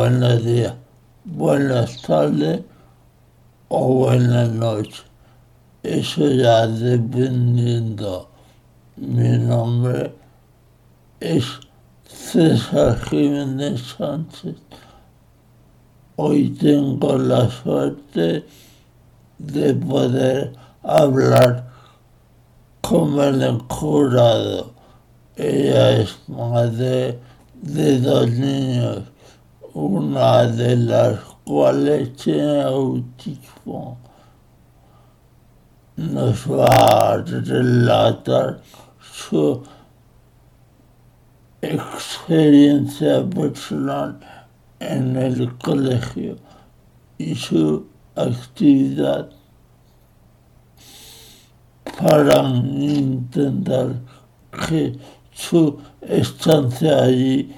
buenos días, buenas tardes o buenas noches. Eso ya dependiendo. Mi nombre es César Jiménez Sánchez. Hoy tengo la suerte de poder hablar con el Jurado. Ella es madre de dos niños, una de las cuales tiene autismo. Nos va a relatar su experiencia personal en el colegio y su actividad para intentar que su estancia allí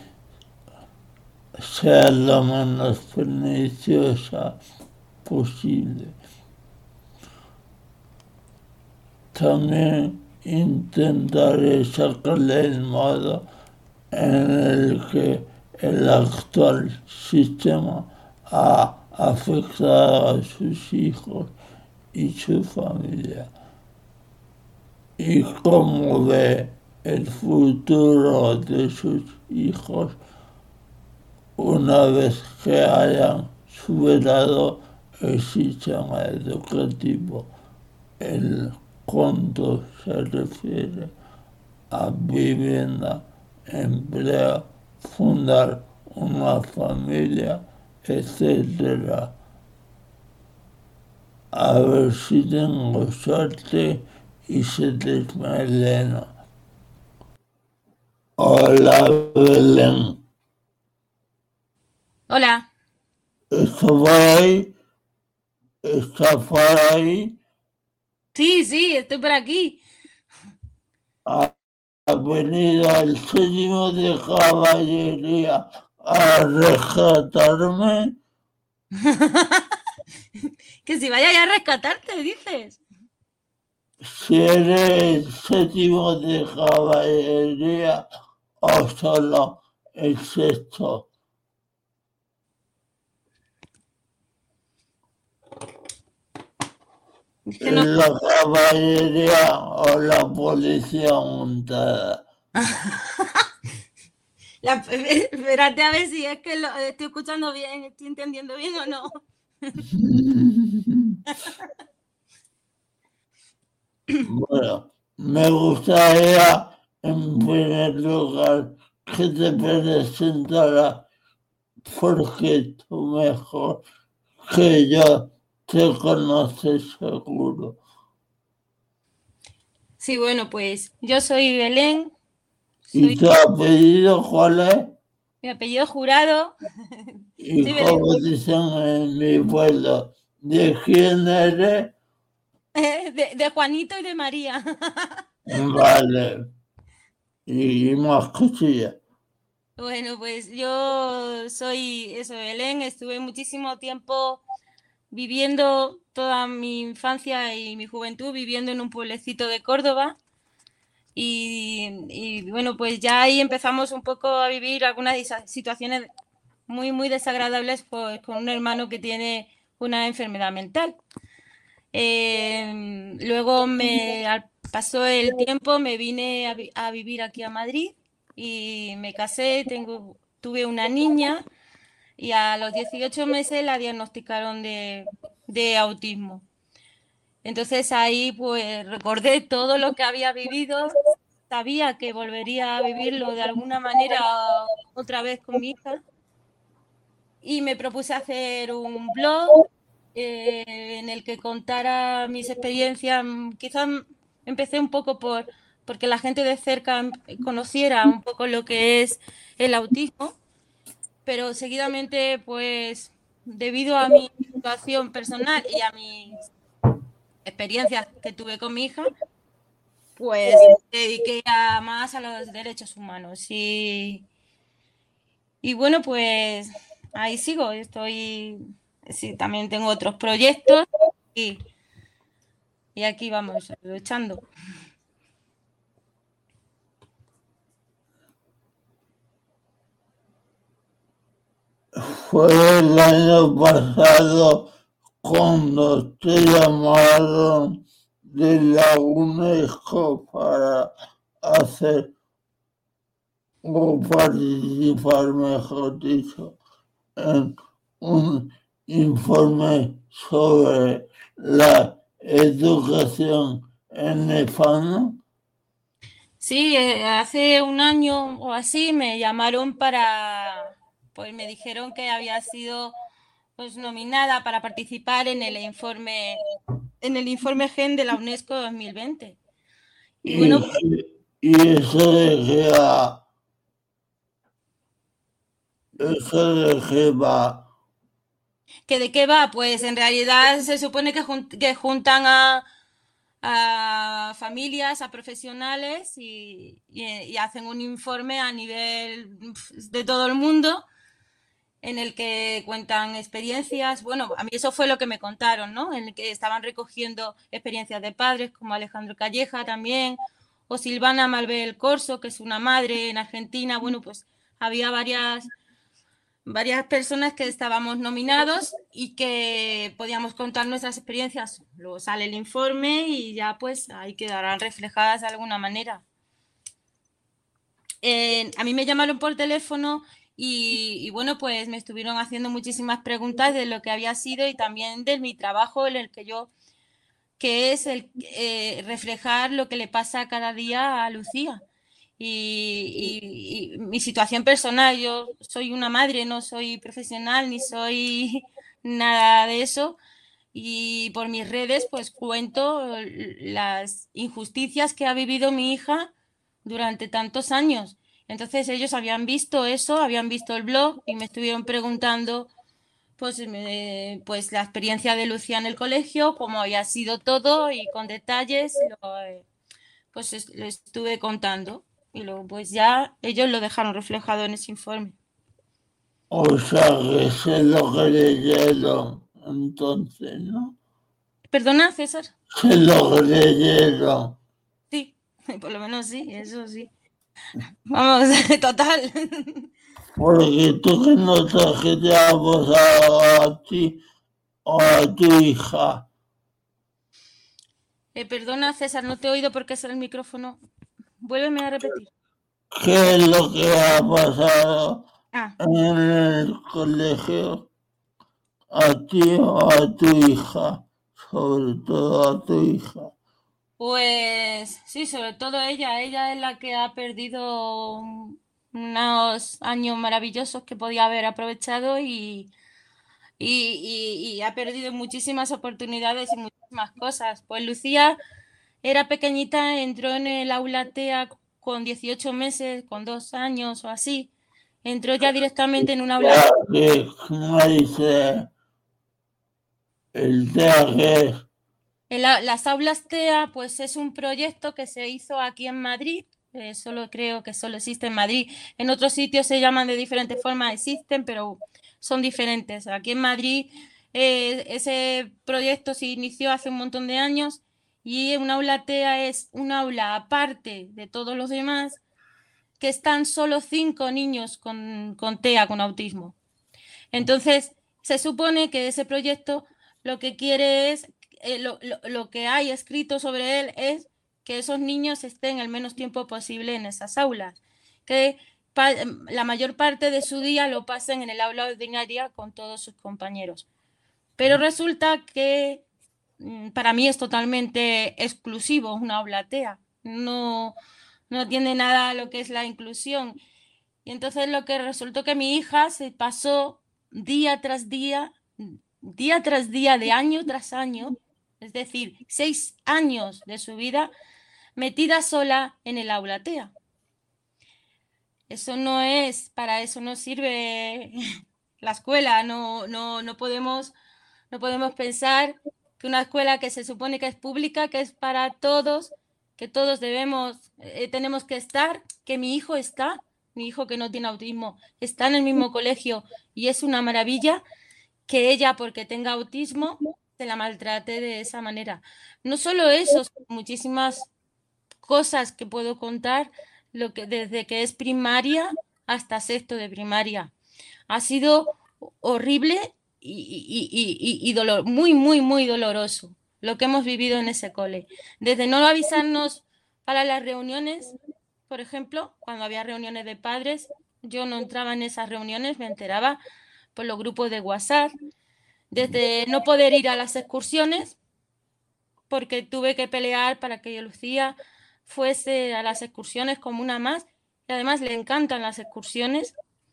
sea lo menos perniciosa posible. También intentaré sacarle el modo en el que el actual sistema ha afectado a sus hijos y su familia, y cómo ve el futuro de sus hijos una vez que hayan superado el sistema educativo en cuanto se refiere a vivienda, empleo, fundar una familia, etcétera. A ver si tengo suerte y se desmelena. Hola, Belén. Hola, ¿Está por ahí? ¿Está por ahí? sí, estoy por aquí. ¿Ha venido el séptimo de caballería a rescatarme? Que si vaya ya a rescatarte, dices. Si eres el séptimo de caballería o solo el sexto. Es que no. La caballería o la policía montada. Espérate a ver si es que lo estoy escuchando bien, estoy entendiendo bien o no. Bueno, me gustaría en primer lugar que te presentara porque tú mejor que yo te conoces seguro. Sí, bueno, pues yo soy Belén, ¿Y soy tu apellido cuál es? mi apellido Jurado, ¿Y soy Belén, cómo dicen en mi pueblo? ¿De quién eres? de Juanito y de María. Vale. Y más cosillas. Bueno, pues yo soy eso, Belén, estuve muchísimo tiempo viviendo toda mi infancia y mi juventud viviendo en un pueblecito de Córdoba y bueno, pues ya ahí empezamos un poco a vivir algunas situaciones muy desagradables pues, con un hermano que tiene una enfermedad mental. Luego pasó el tiempo, me vine a vivir aquí a Madrid y me casé, tuve una niña y a los 18 meses la diagnosticaron de autismo. Entonces ahí pues recordé todo lo que había vivido, sabía que volvería a vivirlo de alguna manera otra vez con mi hija y me propuse hacer un blog en el que contara mis experiencias. Quizás empecé un poco porque la gente de cerca conociera un poco lo que es el autismo, pero seguidamente pues debido a mi situación personal y a mis experiencias que tuve con mi hija, pues me dediqué más a los derechos humanos. Y bueno, pues ahí sigo. Sí, también tengo otros proyectos y, y aquí vamos luchando. Fue el año pasado cuando te llamaron de la UNESCO para hacer o participar, mejor dicho, en un informe sobre la educación en España. Sí, hace un año o así me llamaron pues me dijeron que había sido pues nominada para participar en el informe GEN de la UNESCO 2020. Y Y, bueno, y eso de que va. ¿que de qué va? Pues en realidad se supone que juntan a familias, a profesionales y hacen un informe a nivel de todo el mundo en el que cuentan experiencias. Bueno, a mí eso fue lo que me contaron, ¿no? En el que estaban recogiendo experiencias de padres como Alejandro Calleja también, o Silvana Malvel Corso, que es una madre en Argentina. Bueno, pues había varias personas que estábamos nominados y que podíamos contar nuestras experiencias. Luego sale el informe y ya pues ahí quedarán reflejadas de alguna manera. A mí me llamaron por teléfono y bueno, pues me estuvieron haciendo muchísimas preguntas de lo que había sido y también de mi trabajo en el que es el reflejar lo que le pasa cada día a Lucía. Y mi situación personal, yo soy una madre, no soy profesional ni soy nada de eso. Y por mis redes pues cuento las injusticias que ha vivido mi hija durante tantos años. Entonces ellos habían visto eso, habían visto el blog y me estuvieron preguntando pues la experiencia de Lucía en el colegio, cómo había sido todo y con detalles lo estuve contando. Y luego pues ya ellos lo dejaron reflejado en ese informe. O sea que sé lo que leyeron entonces, ¿no? Perdona, César. Sé lo que leyeron. Sí, por lo menos sí, eso sí. Vamos, total. Porque tú que notas que te ha pasado a ti o a tu hija. Perdona, César, no te he oído porque es el micrófono. Vuélveme a repetir. ¿Qué es lo que ha pasado Ah, en el colegio a ti o a tu hija? Sobre todo a tu hija. pues sí, sobre todo ella. Ella es la que ha perdido unos años maravillosos que podía haber aprovechado y ha perdido muchísimas oportunidades y muchísimas cosas. Pues Lucía era pequeñita, entró en el aula TEA con 18 meses, con 2 años o así. Entró ya directamente en un aula. Ya que, como dice el TAG, Las aulas TEA, pues es un proyecto que se hizo aquí en Madrid. Solo creo que solo existe en Madrid. En otros sitios se llaman de diferentes formas, existen, pero son diferentes. Aquí en Madrid ese proyecto se inició hace un montón de años y un aula TEA es un aula aparte de todos los demás que están solo 5 niños con TEA, con autismo. Entonces, se supone que ese proyecto lo que quiere es, lo que hay escrito sobre él es que esos niños estén el menos tiempo posible en esas aulas, que la mayor parte de su día lo pasen en el aula ordinaria con todos sus compañeros. Pero resulta que para mí es totalmente exclusivo una aula TEA. No tiene nada lo que es la inclusión. Y entonces lo que resultó que mi hija se pasó día tras día, de año tras año, es decir, 6 años de su vida metida sola en el aula TEA. Eso no es, para eso no sirve la escuela, no podemos pensar que una escuela que se supone que es pública, que es para todos, que todos tenemos que estar, que mi hijo que no tiene autismo, está en el mismo colegio y es una maravilla que ella, porque tenga autismo, se la maltrate de esa manera. No solo eso, muchísimas cosas que puedo contar, desde que es primaria hasta sexto de primaria. Ha sido horrible y muy, muy, muy doloroso lo que hemos vivido en ese cole. Desde no avisarnos para las reuniones, por ejemplo, cuando había reuniones de padres, yo no entraba en esas reuniones, me enteraba por los grupos de WhatsApp, desde no poder ir a las excursiones, porque tuve que pelear para que Lucía fuese a las excursiones como una más, y además le encantan las excursiones.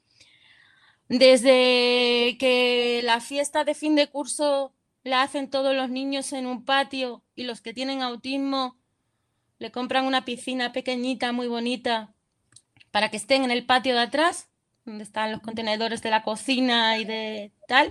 Desde que la fiesta de fin de curso la hacen todos los niños en un patio y los que tienen autismo le compran una piscina pequeñita, muy bonita, para que estén en el patio de atrás, donde están los contenedores de la cocina y de tal,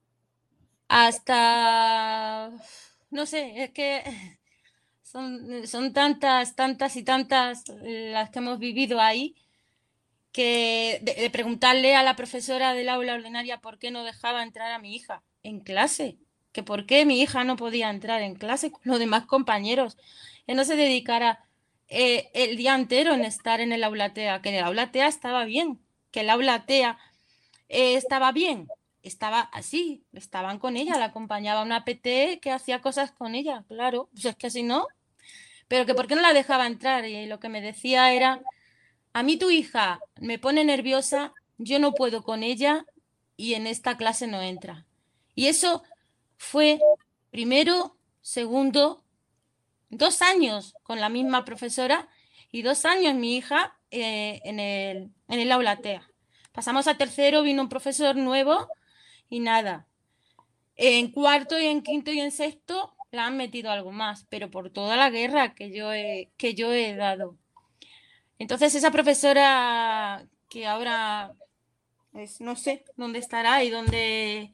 hasta, no sé, es que son tantas, tantas y tantas las que hemos vivido ahí, que de preguntarle a la profesora del aula ordinaria por qué no dejaba entrar a mi hija en clase, que por qué mi hija no podía entrar en clase con los demás compañeros, que no se dedicara el día entero en estar en el aula TEA, que el aula TEA estaba bien, que el aula TEA estaba bien, estaba así, estaban con ella, la acompañaba una PT que hacía cosas con ella, claro, pues es que si no, pero que por qué no la dejaba entrar, y lo que me decía era: a mí tu hija me pone nerviosa, yo no puedo con ella y en esta clase no entra. Y eso fue primero, segundo, 2 años con la misma profesora y 2 años mi hija en el aula TEA. Pasamos a tercero, vino un profesor nuevo y nada. En cuarto y en quinto y en sexto la han metido algo más, pero por toda la guerra que yo he dado. Entonces esa profesora que ahora no sé dónde estará y dónde,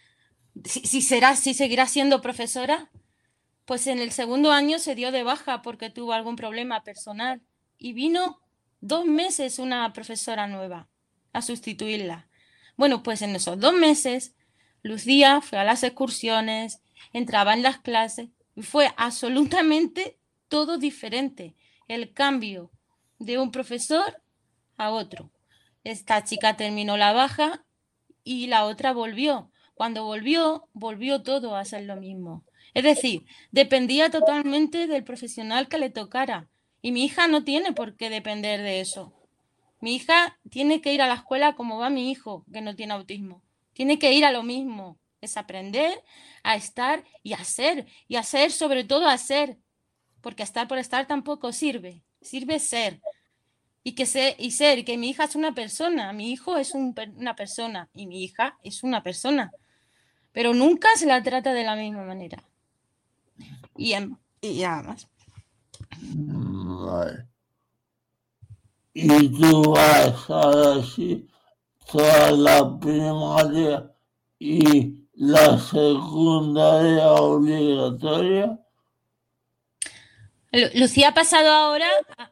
si seguirá siendo profesora, pues en el segundo año se dio de baja porque tuvo algún problema personal y vino 2 meses una profesora nueva a sustituirla. Bueno, pues en esos 2 meses Lucía fue a las excursiones, entraba en las clases y fue absolutamente todo diferente. El cambio de un profesor a otro. Esta chica terminó la baja y la otra volvió. Cuando volvió, volvió todo a ser lo mismo. Es decir, dependía totalmente del profesional que le tocara. Y mi hija no tiene por qué depender de eso. Mi hija tiene que ir a la escuela como va mi hijo, que no tiene autismo. Tiene que ir a lo mismo. Es aprender a estar y a ser, sobre todo a ser. Porque estar por estar tampoco sirve. Sirve ser y que mi hija es una persona, mi hijo es una persona y mi hija es una persona, pero nunca se la trata de la misma manera. Y nada más. Vale. Y tú vas a decir toda la primaria y la secundaria obligatoria. Lucía ha pasado ahora.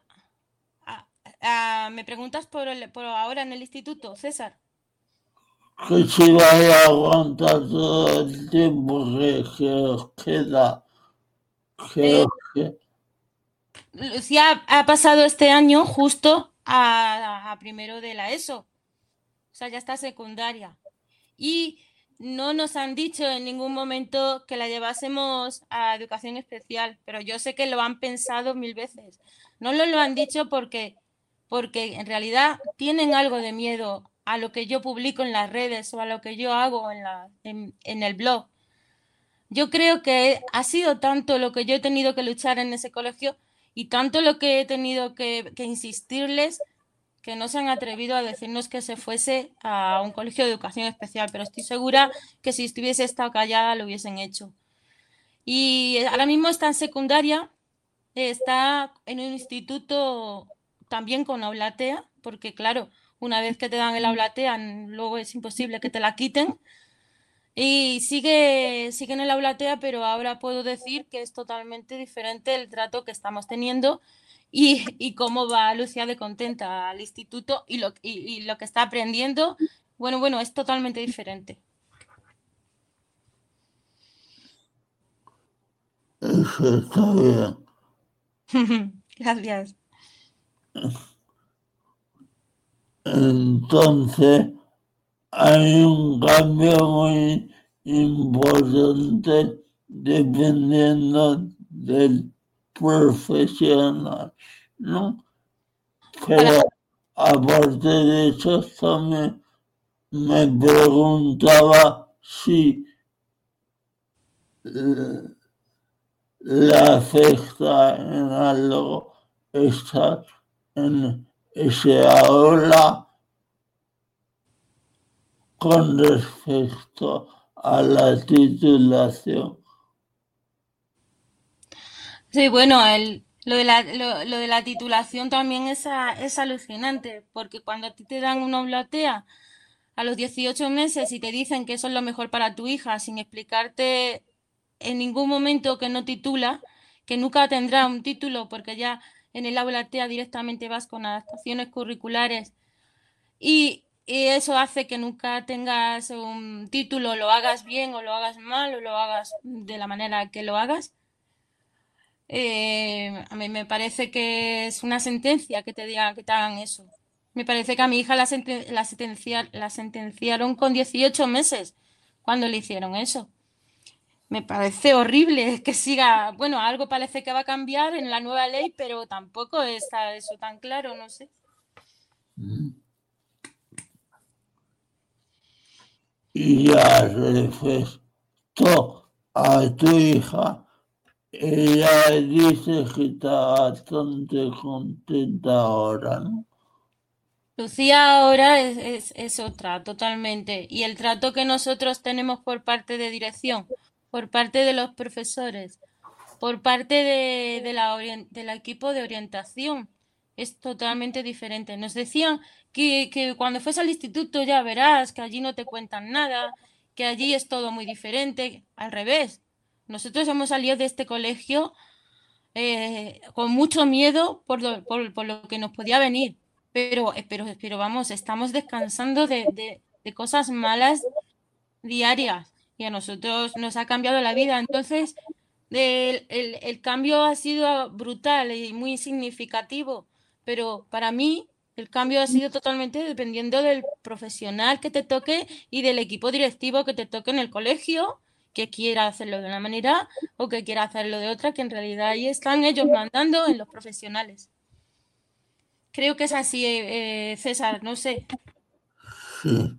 ¿Me preguntas por ahora en el instituto, César? Que si vais a aguantar todo el tiempo que os queda. Que Eh, os queda. Lucía ha pasado este año justo a primero de la ESO, o sea, ya está secundaria. Y no nos han dicho en ningún momento que la llevásemos a educación especial, pero yo sé que lo han pensado 1000 veces. No nos lo han dicho porque en realidad tienen algo de miedo a lo que yo publico en las redes o a lo que yo hago en el blog. Yo creo que ha sido tanto lo que yo he tenido que luchar en ese colegio y tanto lo que he tenido que insistirles, que no se han atrevido a decirnos que se fuese a un colegio de educación especial, pero estoy segura que si estuviese estado callada lo hubiesen hecho. Y ahora mismo está en secundaria, está en un instituto también con aula TEA, porque claro, una vez que te dan el aula TEA, luego es imposible que te la quiten. Y sigue en el aula TEA, pero ahora puedo decir que es totalmente diferente el trato que estamos teniendo y cómo va Lucía de contenta al instituto y lo que está aprendiendo. Bueno, es totalmente diferente. Eso está bien. Gracias. Entonces, hay un cambio muy importante dependiendo del profesional, ¿no? Para, Pero aparte de eso, también me preguntaba si le afecta en algo estar en ese aula con respecto a la titulación. sí, bueno, lo de la titulación también es alucinante, porque cuando a ti te dan una oblatea a los 18 meses y te dicen que eso es lo mejor para tu hija, sin explicarte en ningún momento que no titula, que nunca tendrá un título, porque ya en el aula TEA directamente vas con adaptaciones curriculares y eso hace que nunca tengas un título, lo hagas bien o lo hagas mal o lo hagas de la manera que lo hagas. A mí me parece que es una sentencia que te diga que te hagan eso. Me parece que a mi hija la sentenciaron con 18 meses cuando le hicieron eso. Me parece horrible que siga, bueno, algo parece que va a cambiar en la nueva ley, pero tampoco está eso tan claro, no sé. Y ya respecto a tu hija, ella dice que está bastante contenta ahora, ¿no? Lucía ahora es otra, totalmente. Y el trato que nosotros tenemos por parte de dirección, por parte de los profesores, por parte del equipo de orientación, es totalmente diferente. Nos decían que cuando fuese al instituto ya verás, que allí no te cuentan nada, que allí es todo muy diferente. Al revés. Nosotros hemos salido de este colegio con mucho miedo por lo que nos podía venir. Pero vamos, estamos descansando de cosas malas diarias y a nosotros nos ha cambiado la vida. Entonces, el cambio ha sido brutal y muy significativo, pero para mí el cambio ha sido totalmente dependiendo del profesional que te toque y del equipo directivo que te toque en el colegio, que quiera hacerlo de una manera o que quiera hacerlo de otra, que en realidad ahí están ellos mandando en los profesionales. Creo que es así, César, no sé. Sí,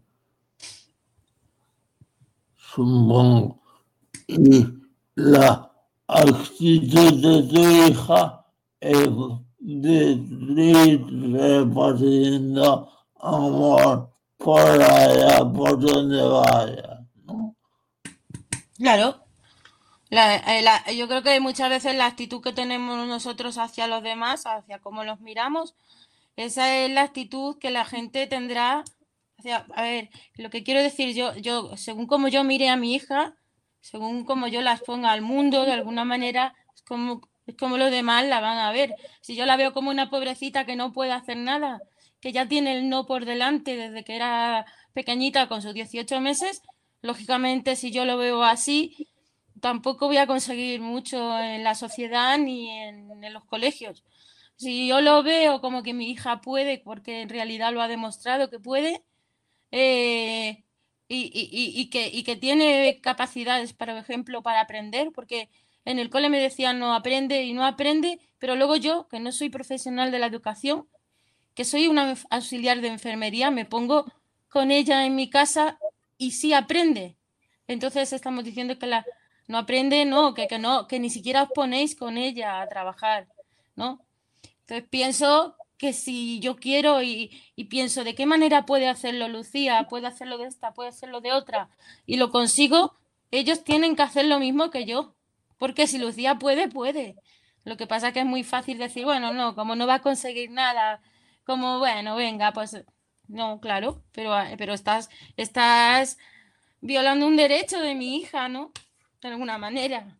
supongo. Y la actitud de tu hija es de ir repartiendo amor por allá, por donde vaya, ¿no? Claro, yo creo que muchas veces la actitud que tenemos nosotros hacia los demás, hacia cómo los miramos, esa es la actitud que la gente tendrá. A ver, lo que quiero decir yo, según como yo mire a mi hija, según como yo las ponga al mundo, de alguna manera, es como los demás la van a ver. Si yo la veo como una pobrecita que no puede hacer nada, que ya tiene el no por delante desde que era pequeñita con sus 18 meses, lógicamente si yo lo veo así, tampoco voy a conseguir mucho en la sociedad ni en los colegios. Si yo lo veo como que mi hija puede, porque en realidad lo ha demostrado que puede, eh, y que tiene capacidades, por ejemplo, para aprender, porque en el cole me decían no aprende y no aprende, pero luego yo, que no soy profesional de la educación, que soy una auxiliar de enfermería, me pongo con ella en mi casa y sí aprende. Entonces estamos diciendo que no aprende, no, que no, que ni siquiera os ponéis con ella a trabajar, ¿no? Entonces pienso que si yo quiero y pienso de qué manera puede hacerlo Lucía, puede hacerlo de esta, puede hacerlo de otra, y lo consigo, ellos tienen que hacer lo mismo que yo. Porque si Lucía puede, puede. Lo que pasa es que es muy fácil decir, bueno, no, como no va a conseguir nada, como, bueno, venga, pues no, claro, pero estás violando un derecho de mi hija, ¿no? De alguna manera.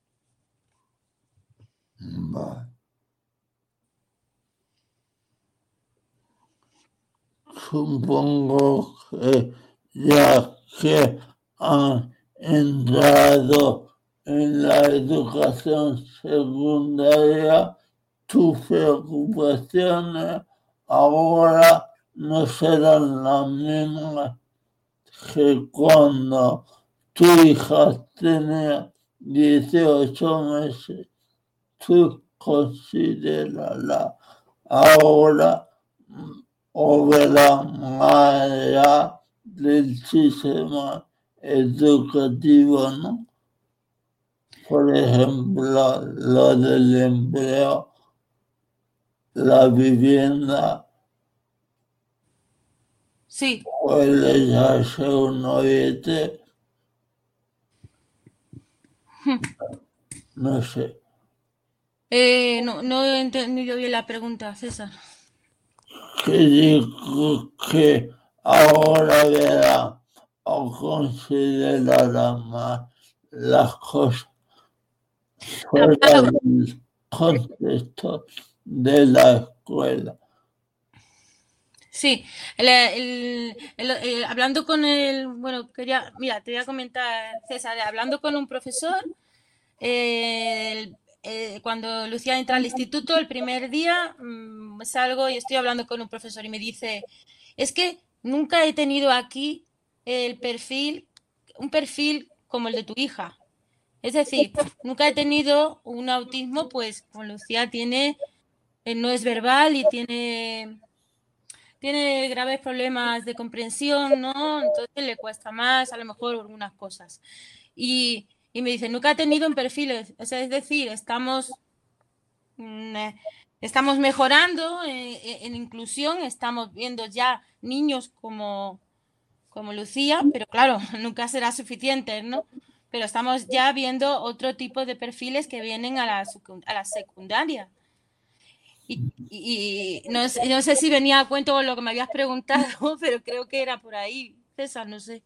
Vale. Supongo que ya que han entrado en la educación secundaria, tus preocupaciones ahora no serán las mismas que cuando tu hija tenía 18 meses, tú considerarla ahora obra maestra del sistema educativo, ¿no? Por ejemplo, lo del empleo, la vivienda, Sí. puede darse un noviete, no sé. No he entendido bien la pregunta, César. Que digo que ahora verá o considerará más las cosas Ah, fuera claro. del contexto de la escuela. Sí, hablando con bueno, mira, te voy a comentar, César, hablando con un profesor, cuando Lucía entra al instituto, el primer día salgo y estoy hablando con un profesor y me dice, es que nunca he tenido aquí un perfil como el de tu hija. Es decir, nunca he tenido un autismo, pues como Lucía tiene, no es verbal y tiene graves problemas de comprensión, ¿no? Entonces le cuesta más, a lo mejor, algunas cosas. Y me dice, nunca ha tenido un perfil, o sea, es decir, estamos mejorando en inclusión, estamos viendo ya niños como Lucía, pero claro, nunca será suficiente, ¿no? Pero estamos ya viendo otro tipo de perfiles que vienen a la secundaria. No sé si venía a cuento con lo que me habías preguntado, pero creo que era por ahí, César, no sé.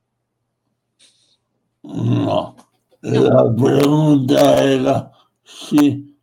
No, No, la pregunta era si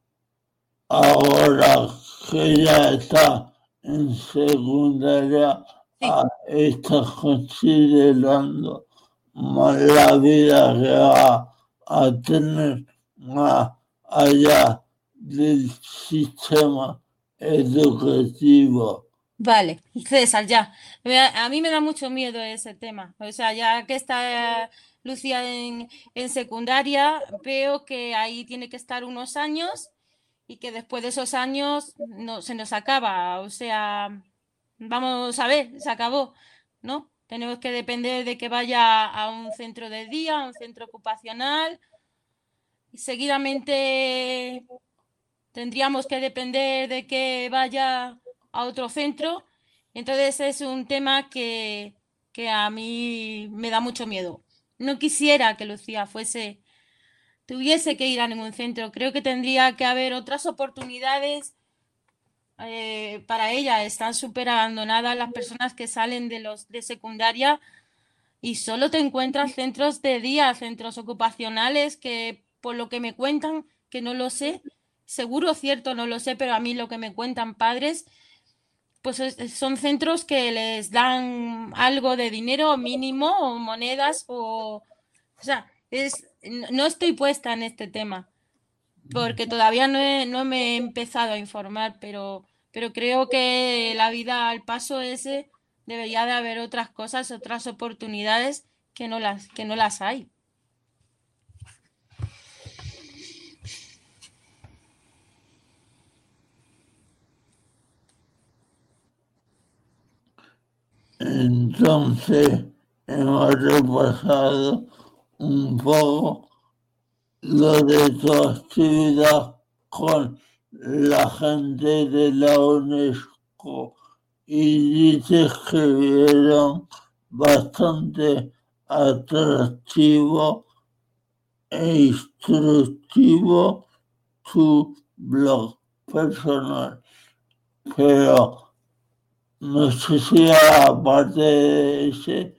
ahora que ya está en secundaria, sí. está considerando más la vida que va a tener más allá del sistema educativo. Vale, César, ya. A mí me da mucho miedo ese tema. O sea, ya que está Lucía en secundaria, veo que ahí tiene que estar unos años y que después de esos años no, se nos acaba. O sea, vamos a ver, se acabó, ¿no? Tenemos que depender de que vaya a un centro de día, a un centro ocupacional. Y seguidamente tendríamos que depender de que vaya a otro centro. Entonces es un tema que a mí me da mucho miedo. No quisiera que Lucía tuviese que ir a ningún centro. Creo que tendría que haber otras oportunidades para ella. Están súper abandonadas las personas que salen de secundaria y solo te encuentras centros de día, centros ocupacionales que por lo que me cuentan, que no lo sé, seguro cierto no lo sé, pero a mí lo que me cuentan padres, pues son centros que les dan algo de dinero mínimo o monedas o sea, no estoy puesta en este tema porque todavía no me he empezado a informar, pero creo que la vida al paso ese debería de haber otras cosas, otras oportunidades que no las hay. Entonces, hemos repasado un poco lo de tu actividad con la gente de la UNESCO y dices que vieron bastante atractivo e instructivo tu blog personal, pero no sé si aparte de ese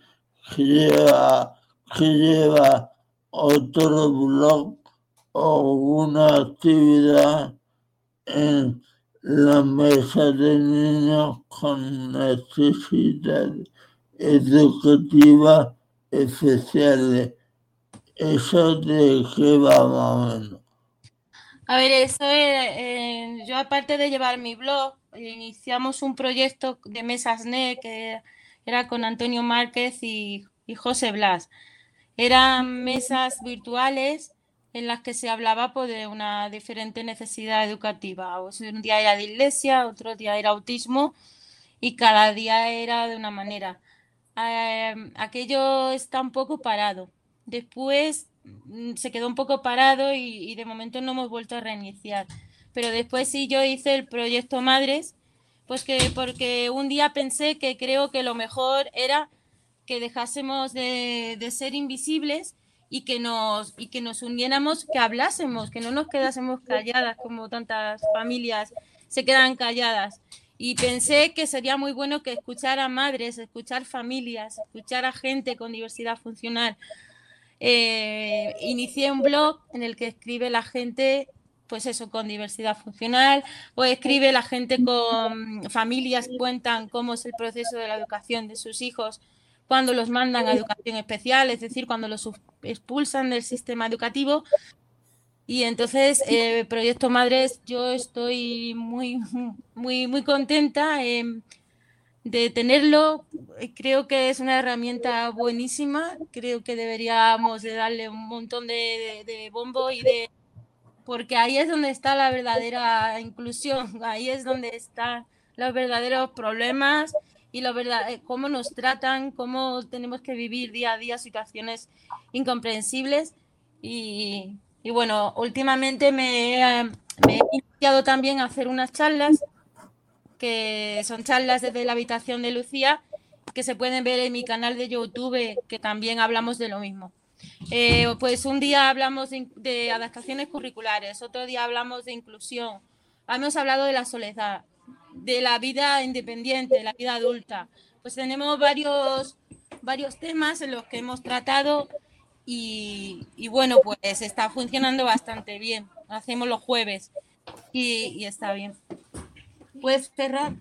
que lleva otro blog o una actividad en la mesa de niños con necesidades educativas especiales. Eso de qué va más o menos. A ver, yo aparte de llevar mi blog, iniciamos un proyecto de mesas NE era con Antonio Márquez y José Blas. Eran mesas virtuales en las que se hablaba pues, de una diferente necesidad educativa. O sea, un día era de iglesia, otro día era autismo y cada día era de una manera. Aquello está un poco parado. Después se quedó un poco parado y de momento no hemos vuelto a reiniciar. Pero después sí yo hice el proyecto Madres, pues que porque un día pensé que creo que lo mejor era que dejásemos de ser invisibles y que nos uniéramos, que hablásemos, que no nos quedásemos calladas como tantas familias se quedan calladas. Y pensé que sería muy bueno que escuchar a madres, escuchar familias, escuchar a gente con diversidad funcional. Inicié un blog en el que escribe la gente, pues eso, con diversidad funcional, o escribe la gente con familias, cuentan cómo es el proceso de la educación de sus hijos cuando los mandan a educación especial, es decir, cuando los expulsan del sistema educativo. Y entonces, Proyecto Madres, yo estoy muy contenta de tenerlo. Creo que es una herramienta buenísima. Creo que deberíamos de darle un montón de bombo porque ahí es donde está la verdadera inclusión, ahí es donde están los verdaderos problemas y cómo nos tratan, cómo tenemos que vivir día a día situaciones incomprensibles. Y bueno, últimamente me he iniciado también a hacer unas charlas que son charlas desde la habitación de Lucía, que se pueden ver en mi canal de YouTube, que también hablamos de lo mismo. Pues un día hablamos de adaptaciones curriculares, otro día hablamos de inclusión, hemos hablado de la soledad, de la vida independiente, de la vida adulta. Pues tenemos varios temas en los que hemos tratado y bueno, pues está funcionando bastante bien. Hacemos los jueves y está bien. ¿Puedes cerrar?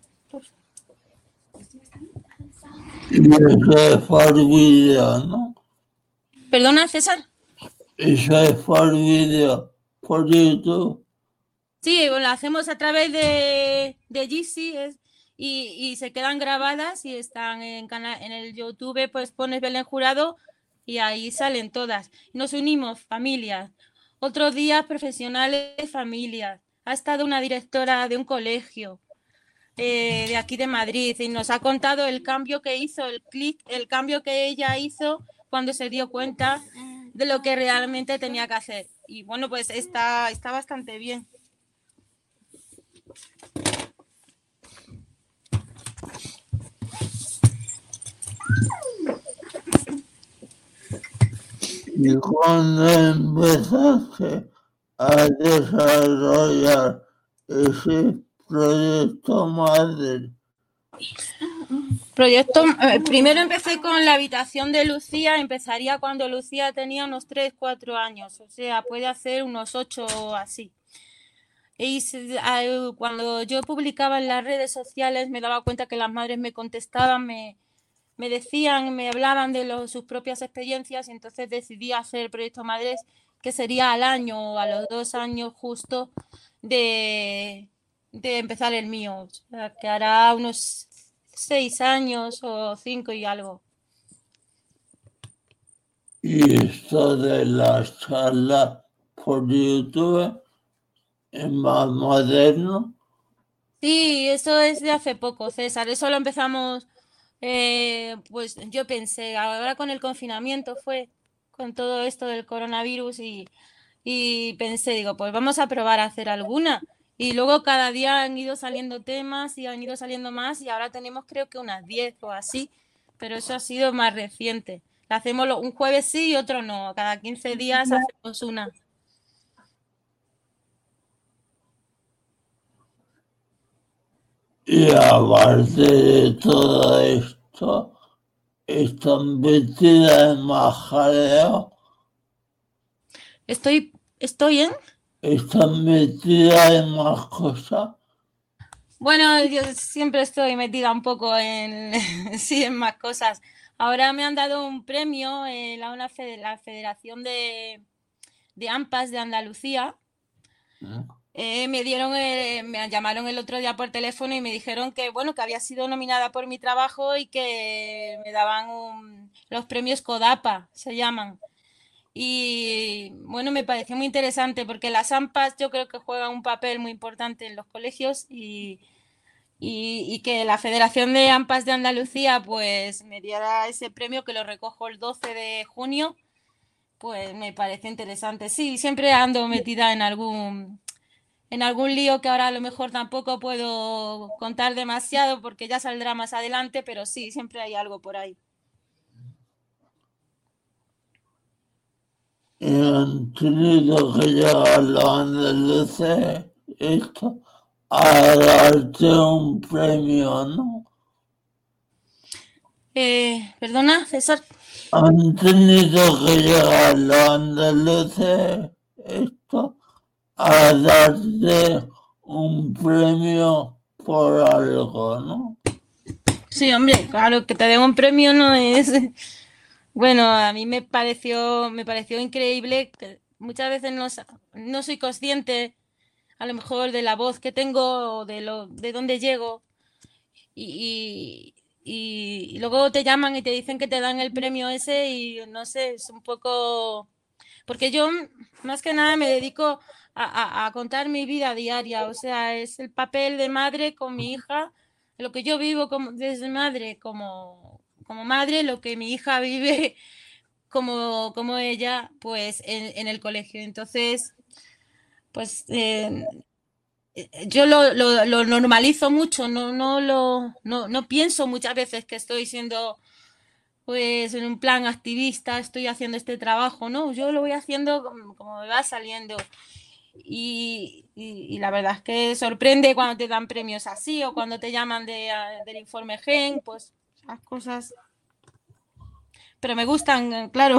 Y eso es por vídeo, ¿no? ¿Perdona, César? Eso es por vídeo, por YouTube. Sí, lo hacemos a través de Jitsi y se quedan grabadas y están en el YouTube, pues pones Belén Jurado y ahí salen todas. Nos unimos, familias. Otros días, profesionales, familias. Ha estado una directora de un colegio de aquí de Madrid y nos ha contado el cambio que hizo, el cambio que ella hizo cuando se dio cuenta de lo que realmente tenía que hacer. Y bueno, pues está bastante bien. Y cuando empezaste a desarrollar ese proyecto madre. Proyecto, primero empecé con la habitación de Lucía, empezaría cuando Lucía tenía unos 3, 4 años, o sea, puede hacer unos 8 o así. Y cuando yo publicaba en las redes sociales me daba cuenta que las madres me contestaban, me decían, me hablaban de sus propias experiencias y entonces decidí hacer el Proyecto Madres, que sería al año o a los 2 años justo de empezar el mío, o sea, que hará unos 6 años o 5 y algo. Y esto de las charlas por YouTube es más moderno. Sí, eso es de hace poco, César. Eso lo empezamos, pues yo pensé, ahora con el confinamiento fue con todo esto del coronavirus y pensé, digo, pues vamos a probar a hacer alguna. Y luego cada día han ido saliendo temas y han ido saliendo más y ahora tenemos creo que unas 10 o así, pero eso ha sido más reciente. La hacemos un jueves sí y otro no, cada 15 días hacemos una. Y aparte de todo esto, están metidas en más jaleo. Estoy en... Están metidas en más cosas. Bueno, yo siempre estoy metida un poco en, sí, en más cosas. Ahora me han dado un premio en la Federación de AMPAs de Andalucía Me llamaron el otro día por teléfono y me dijeron que, bueno, que había sido nominada por mi trabajo y que me daban los premios Codapa, se llaman. Y bueno, me pareció muy interesante porque las AMPAs yo creo que juegan un papel muy importante en los colegios y que la Federación de AMPAs de Andalucía pues me diera ese premio que lo recojo el 12 de junio, pues me parece interesante. Sí, siempre ando metida en algún lío que ahora a lo mejor tampoco puedo contar demasiado porque ya saldrá más adelante, pero sí, siempre hay algo por ahí. Y han tenido que llegar los andaluces esto a darte un premio, ¿no? Perdona, César. Han tenido que llegar los andaluces esto a darte un premio por algo, ¿no? Sí, hombre, claro, que te den un premio no es... Bueno, a mí me pareció increíble que muchas veces no soy consciente a lo mejor de la voz que tengo o de dónde llego y luego te llaman y te dicen que te dan el premio ese y no sé, es un poco... Porque yo más que nada me dedico a contar mi vida diaria, o sea, es el papel de madre con mi hija, lo que yo vivo como, desde madre como madre, lo que mi hija vive como ella, pues en el colegio. Entonces, pues yo lo normalizo mucho, no pienso muchas veces que estoy siendo pues en un plan activista, estoy haciendo este trabajo, ¿no? Yo lo voy haciendo como me va saliendo. Y la verdad es que sorprende cuando te dan premios así o cuando te llaman del informe GEN, pues las cosas. Pero me gustan, claro.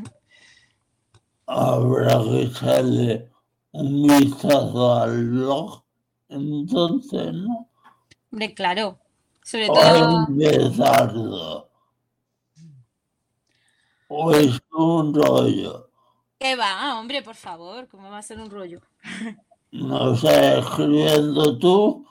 Habrá que echarle un vistazo al blog, entonces, ¿no? Hombre, claro. Sobre O todo, empezarlo, o es un rollo. ¿qué va? Hombre, por favor, ¿cómo va a ser un rollo? No sé, escribiendo tú,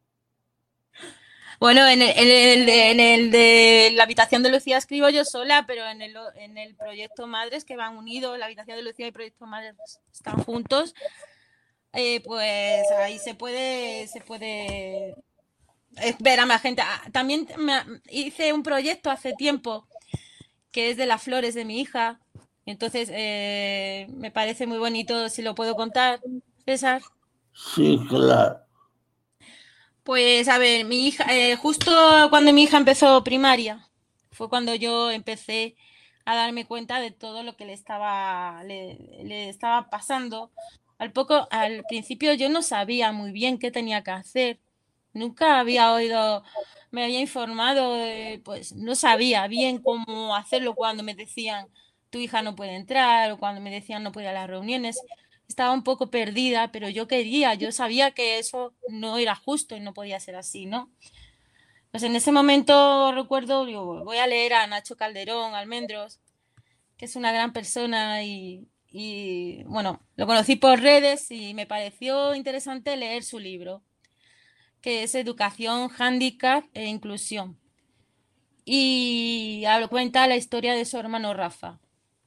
Bueno, en el de la habitación de Lucía escribo yo sola, pero en el proyecto Madres que van unidos, la habitación de Lucía y el proyecto Madres están juntos, pues ahí se puede ver a más gente. También hice un proyecto hace tiempo que es de las flores de mi hija, entonces me parece muy bonito si lo puedo contar, César. sí, claro. Pues a ver, mi hija, justo cuando mi hija empezó primaria, fue cuando yo empecé a darme cuenta de todo lo que le estaba pasando. Al principio yo no sabía muy bien qué tenía que hacer. Nunca había oído, me había informado, pues no sabía bien cómo hacerlo cuando me decían tu hija no puede entrar o cuando me decían no puede ir a las reuniones. Estaba un poco perdida, pero yo sabía que eso no era justo y no podía ser así, ¿no? Pues en ese momento recuerdo, digo, voy a leer a Nacho Calderón, Almendros, que es una gran persona bueno, lo conocí por redes y me pareció interesante leer su libro, que es Educación, Handicap e Inclusión. Y cuenta la historia de su hermano Rafa.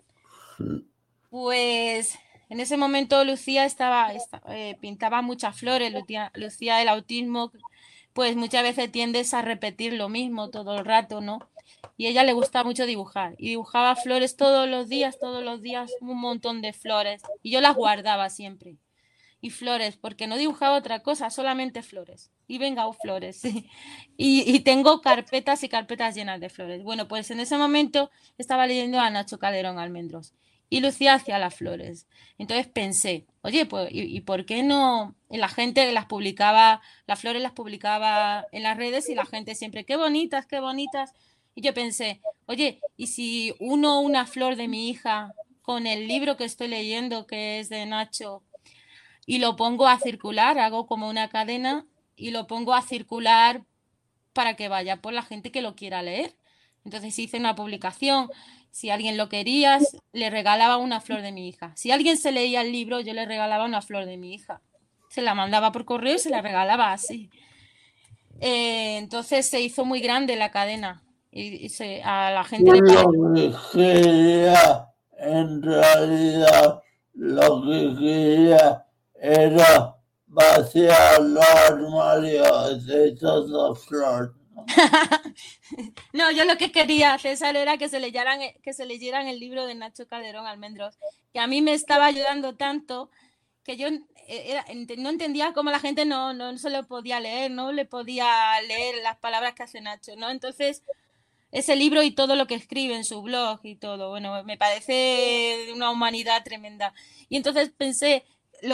Pues en ese momento Lucía pintaba muchas flores. Lucía, el autismo, pues muchas veces tiendes a repetir lo mismo todo el rato, ¿no? Y a ella le gusta mucho dibujar. Y dibujaba flores todos los días, un montón de flores. Y yo las guardaba siempre. Y flores, porque no dibujaba otra cosa, solamente flores. Y venga, flores. Sí. Y tengo carpetas y carpetas llenas de flores. Bueno, pues en ese momento estaba leyendo a Nacho Calderón Almendros y Lucía hacía las flores. Entonces pensé, oye, pues, ¿y por qué no? La gente las publicaba, las flores las publicaba en las redes y la gente siempre, qué bonitas, qué bonitas. Y yo pensé, oye, ¿y si uno una flor de mi hija con el libro que estoy leyendo, que es de Nacho, y lo pongo a circular, hago como una cadena y lo pongo a circular para que vaya por la gente que lo quiera leer? Entonces hice una publicación, si alguien lo quería, le regalaba una flor de mi hija. Si alguien se leía el libro, yo le regalaba una flor de mi hija. Se la mandaba por correo y se la regalaba así. Entonces se hizo muy grande la cadena y a la gente le pareció. Lo que quería, en realidad, lo que quería era vaciar los armarios de toda flor. No, yo lo que quería, César, era que se leyeran el libro de Nacho Calderón Almendros, que a mí me estaba ayudando tanto que yo no entendía cómo la gente no se lo podía leer, no le podía leer las palabras que hace Nacho, ¿no? Entonces, ese libro y todo lo que escribe en su blog y todo, bueno, me parece de una humanidad tremenda. Y entonces pensé,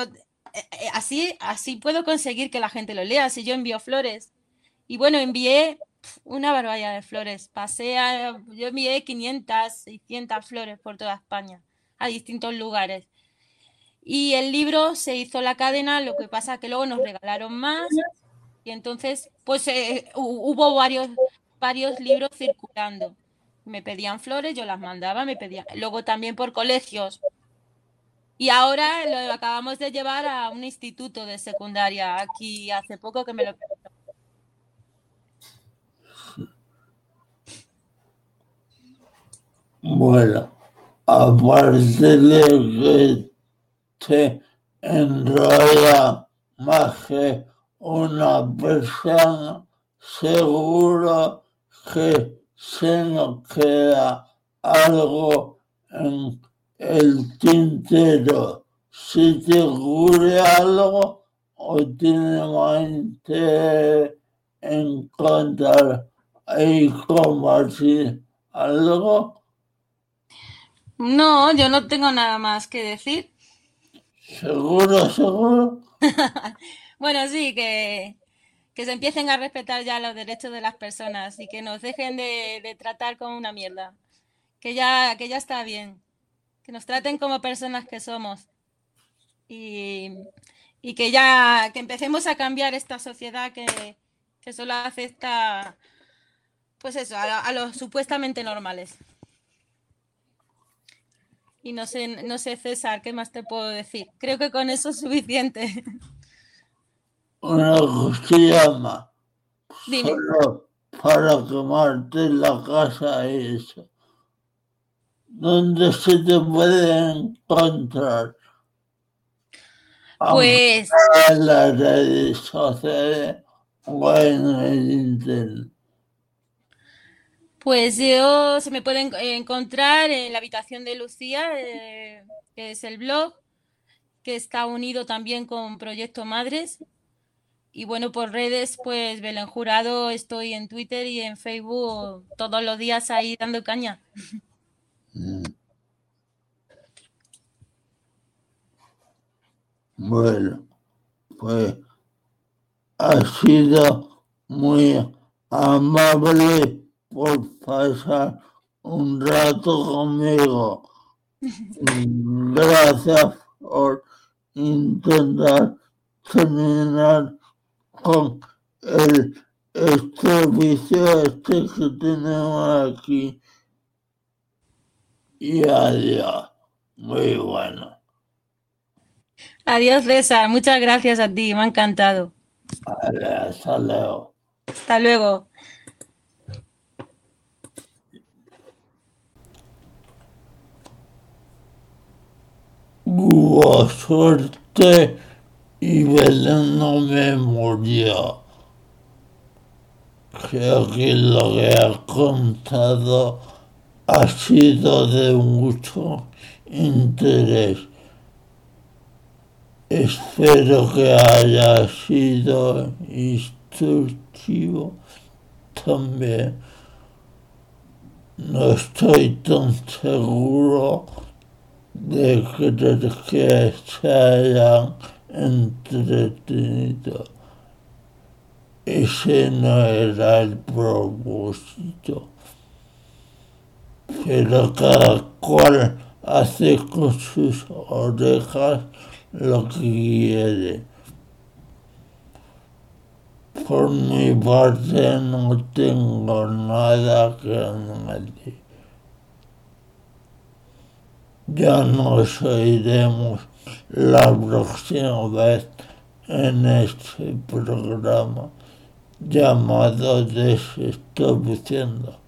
así puedo conseguir que la gente lo lea, si yo envío flores. Y bueno, envié una barbaridad de flores. Yo envié 500, 600 flores por toda España, a distintos lugares. Y el libro se hizo la cadena, lo que pasa que luego nos regalaron más y entonces pues hubo varios libros circulando. Me pedían flores, yo las mandaba, me pedían. Luego también por colegios. Y ahora lo acabamos de llevar a un instituto de secundaria aquí hace poco que me lo... Bueno, aparte de que te enrolla más que una persona, seguro que se nos queda algo en el tintero. Si te ocurre algo o tienes más interés en contar y compartir algo, No, yo no tengo nada más que decir. seguro. Bueno, sí, que se empiecen a respetar ya los derechos de las personas y que nos dejen de tratar como una mierda. Que ya está bien. Que nos traten como personas que somos. Y, y que empecemos a cambiar esta sociedad que solo acepta, pues eso, a los supuestamente normales. Y no sé, César, ¿qué más te puedo decir? Creo que con eso es suficiente. Una costilla más, Dime. solo para quemarte la casa y eso. ¿Dónde se te puede encontrar? Aunque Pues, sea en las redes sociales o en el internet. pues yo se me pueden encontrar en la habitación de Lucía, que es el blog, que está unido también con Proyecto Madres. Y bueno, por redes, pues Belén Jurado, estoy en Twitter y en Facebook todos los días ahí dando caña. Bueno, pues ha sido muy amable por pasar un rato conmigo. Gracias por intentar terminar con este vicio que tenemos aquí. Y adiós. Muy bueno. Adiós, César. Muchas gracias a ti. Me ha encantado. Vale, hasta luego. Hasta luego. Hubo suerte y Belén no me murió. Creo que lo que ha contado ha sido de mucho interés. Espero que haya sido instructivo también. No estoy tan seguro de que se hayan entretenido. Ese no era el propósito. Pero cada cual hace con sus orejas lo que quiere. Por mi parte no tengo nada que añadir. Ya nos oiremos la próxima vez en este programa llamado Desintroduciendo.